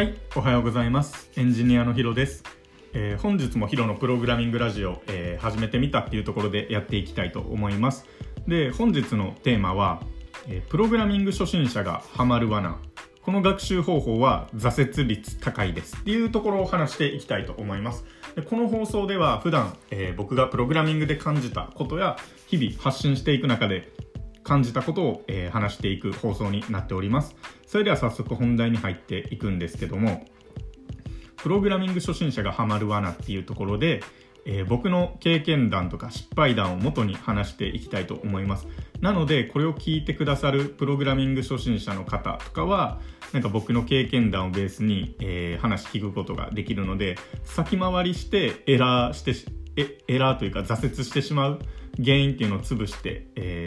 はい、おはようございます。エンジニアのヒロです。本日もヒロのプログラミングラジオ、始めてみたっていうところでやっていきたいと思います。で、本日のテーマは、プログラミング初心者がハマる罠。この学習方法は挫折率高いですっていうところを話していきたいと思います。で、この放送では普段、僕がプログラミングで感じたことや日々発信していく中で感じたことを、話していく放送になっております。それでは早速本題に入っていくんですけども、プログラミング初心者がハマる罠っていうところで、僕の経験談とか失敗談を元に話していきたいと思います。なのでこれを聞いてくださるプログラミング初心者の方とかはなんか僕の経験談をベースに、話聞くことができるので、先回りしてエラーというか挫折してしまう原因っていうのを潰して、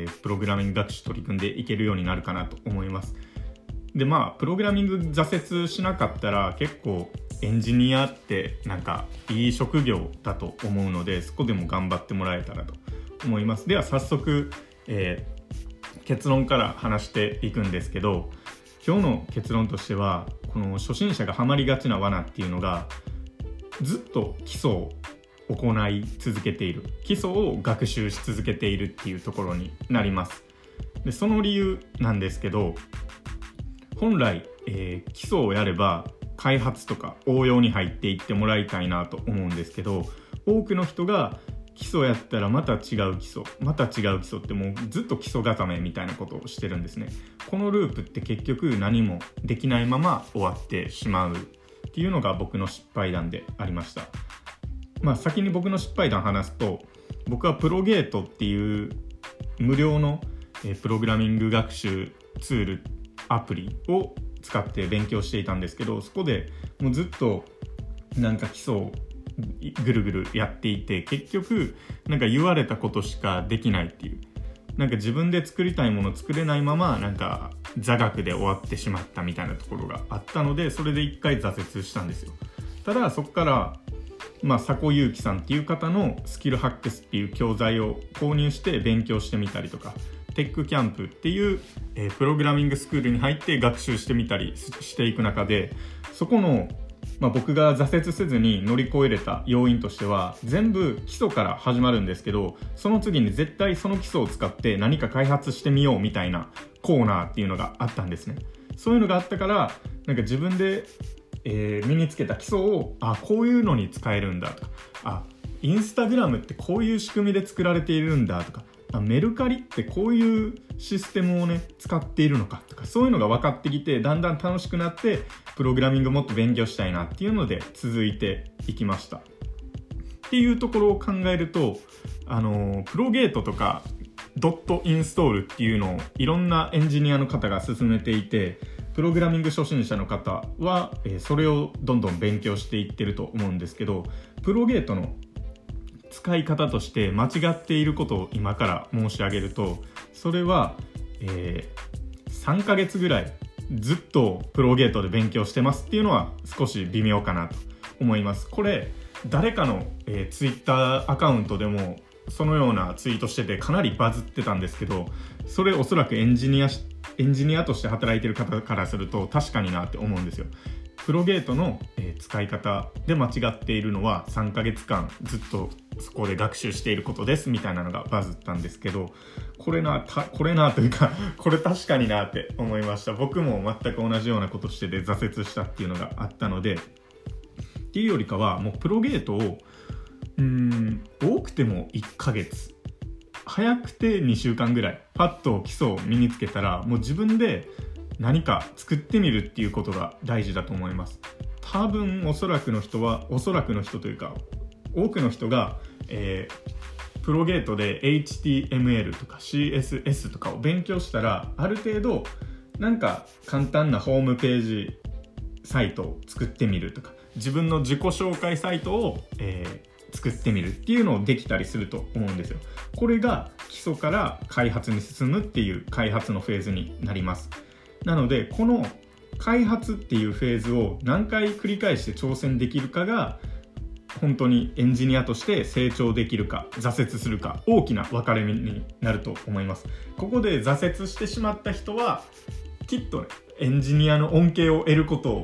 プログラミング学習取り組んでいけるようになるかなと思います。で、プログラミング挫折しなかったら結構エンジニアってなんかいい職業だと思うので、そこでも頑張ってもらえたらと思います。では早速、結論から話していくんですけど、今日の結論としてはこの初心者がハマりがちな罠っていうのが、ずっと基礎を行い続けている、基礎を学習し続けているっていうところになります。で、その理由なんですけど、本来、基礎をやれば開発とか応用に入っていってもらいたいなと思うんですけど、多くの人が基礎やったらまた違う基礎ってもうずっと基礎固めみたいなことをしてるんですね。このループって結局何もできないまま終わってしまうっていうのが僕の失敗談でありました。先に僕の失敗談話すと、僕はプロゲートっていう無料のプログラミング学習ツールアプリを使って勉強していたんですけど、そこでもうずっとなんか基礎をぐるぐるやっていて、結局なんか言われたことしかできないっていう、なんか自分で作りたいもの作れないままなんか座学で終わってしまったみたいなところがあったので、それで一回挫折したんですよ。ただそこから佐古祐樹さんっていう方のスキルハックスっていう教材を購入して勉強してみたりとか、テックキャンプっていう、プログラミングスクールに入って学習してみたりしていく中で、そこの、僕が挫折せずに乗り越えれた要因としては、全部基礎から始まるんですけど、その次に絶対その基礎を使って何か開発してみようみたいなコーナーっていうのがあったんですね。そういうのがあったから、なんか自分で身につけた基礎をこういうのに使えるんだとか、インスタグラムってこういう仕組みで作られているんだとか、メルカリってこういうシステムをね使っているのかとか、そういうのが分かってきて、だんだん楽しくなってプログラミングもっと勉強したいなっていうので続いていきましたっていうところを考えると、プロゲートとかドットインストールっていうのをいろんなエンジニアの方が進めていて、プログラミング初心者の方はそれをどんどん勉強していってると思うんですけど、プロゲートの使い方として間違っていることを今から申し上げると、それは、3ヶ月ぐらいずっとプロゲートで勉強してますっていうのは少し微妙かなと思います。これ誰かの、ツイッターアカウントでもそのようなツイートしててかなりバズってたんですけど、それおそらくエンジニアとして働いてる方からすると確かになって思うんですよ。プロゲートの使い方で間違っているのは3ヶ月間ずっとそこで学習していることですみたいなのがバズったんですけど、これなというかこれ確かになって思いました。僕も全く同じようなことしてて挫折したっていうのがあったので、っていうよりかはもうプロゲートを多くても1ヶ月、早くて2週間ぐらいパッと基礎を身につけたら、もう自分で何か作ってみるっていうことが大事だと思います。多分おそらくの人というか多くの人が、プロゲートで HTML とか CSS とかを勉強したら、ある程度なんか簡単なホームページサイトを作ってみるとか、自分の自己紹介サイトを、作ってみるっていうのをできたりすると思うんですよ。これが基礎から開発に進むっていう開発のフェーズになります。なのでこの開発っていうフェーズを何回繰り返して挑戦できるかが、本当にエンジニアとして成長できるか挫折するか、大きな分かれ目になると思います。ここで挫折してしまった人はきっとエンジニアの恩恵を得ること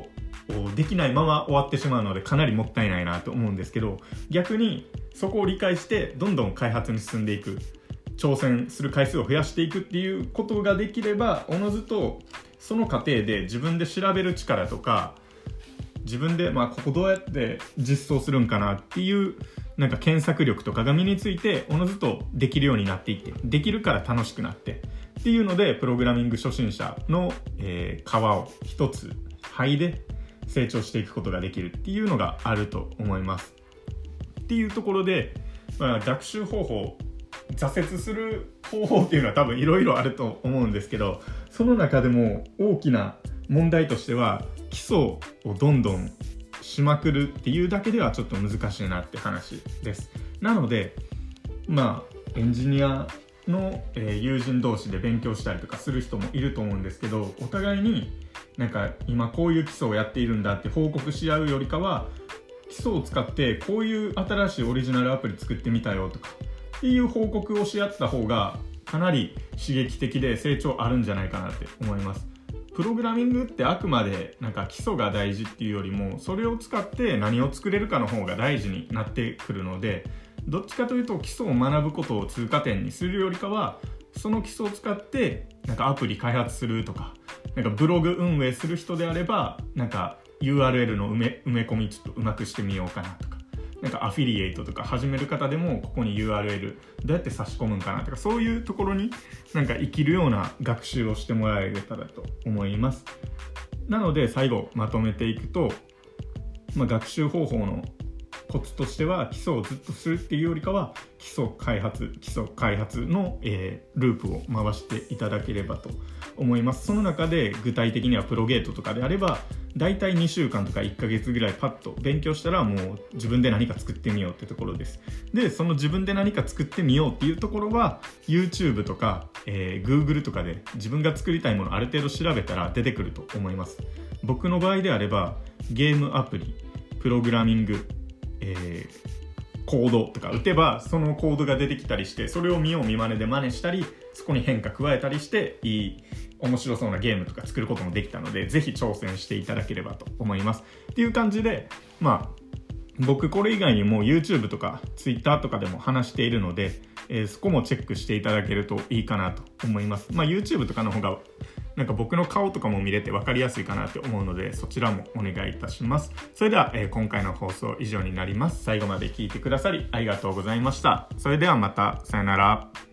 できないまま終わってしまうのでかなりもったいないなと思うんですけど、逆にそこを理解してどんどん開発に進んでいく、挑戦する回数を増やしていくっていうことができれば、おのずとその過程で自分で調べる力とか、自分でここどうやって実装するんかなっていうなんか検索力とかが身について、おのずとできるようになっていって、できるから楽しくなってっていうので、プログラミング初心者の、皮を一つ剥いで成長していくことができるっていうのがあると思います。っていうところで、学習方法、挫折する方法っていうのは多分いろいろあると思うんですけど、その中でも大きな問題としては、基礎をどんどんしまくるっていうだけではちょっと難しいなって話です。なのでエンジニアの友人同士で勉強したりとかする人もいると思うんですけど、お互いになんか今こういう基礎をやっているんだって報告し合うよりかは、基礎を使ってこういう新しいオリジナルアプリ作ってみたよとかっていう報告をし合った方がかなり刺激的で成長あるんじゃないかなって思います。プログラミングってあくまでなんか基礎が大事っていうよりも、それを使って何を作れるかの方が大事になってくるので、どっちかというと基礎を学ぶことを通過点にするよりかは、その基礎を使ってなんかアプリ開発するとか、なんかブログ運営する人であれば、なんか URL の埋め込みちょっとうまくしてみようかなとか、なんかアフィリエイトとか始める方でも、ここに URL どうやって差し込むんかなとか、そういうところになんか生きるような学習をしてもらえたらと思います。なので最後まとめていくと、学習方法のコツとしては、基礎をずっとするっていうよりかは、基礎開発の、ループを回していただければと思います。その中で具体的にはプロゲートとかであれば、だいたい2週間とか1ヶ月ぐらいパッと勉強したら、もう自分で何か作ってみようってところです。で、その自分で何か作ってみようっていうところは YouTube とか、Google とかで自分が作りたいものある程度調べたら出てくると思います。僕の場合であれば、ゲームアプリ、プログラミング、コードとか打てばそのコードが出てきたりして、それを見よう見まねで真似したり、そこに変化加えたりして面白そうなゲームとか作ることもできたので、ぜひ挑戦していただければと思いますっていう感じで、僕これ以外にも YouTube とか Twitter とかでも話しているので、そこもチェックしていただけるといいかなと思います。YouTube とかの方がなんか僕の顔とかも見れて分かりやすいかなって思うので、そちらもお願いいたします。それでは、今回の放送以上になります。最後まで聞いてくださりありがとうございました。それではまた、さよなら。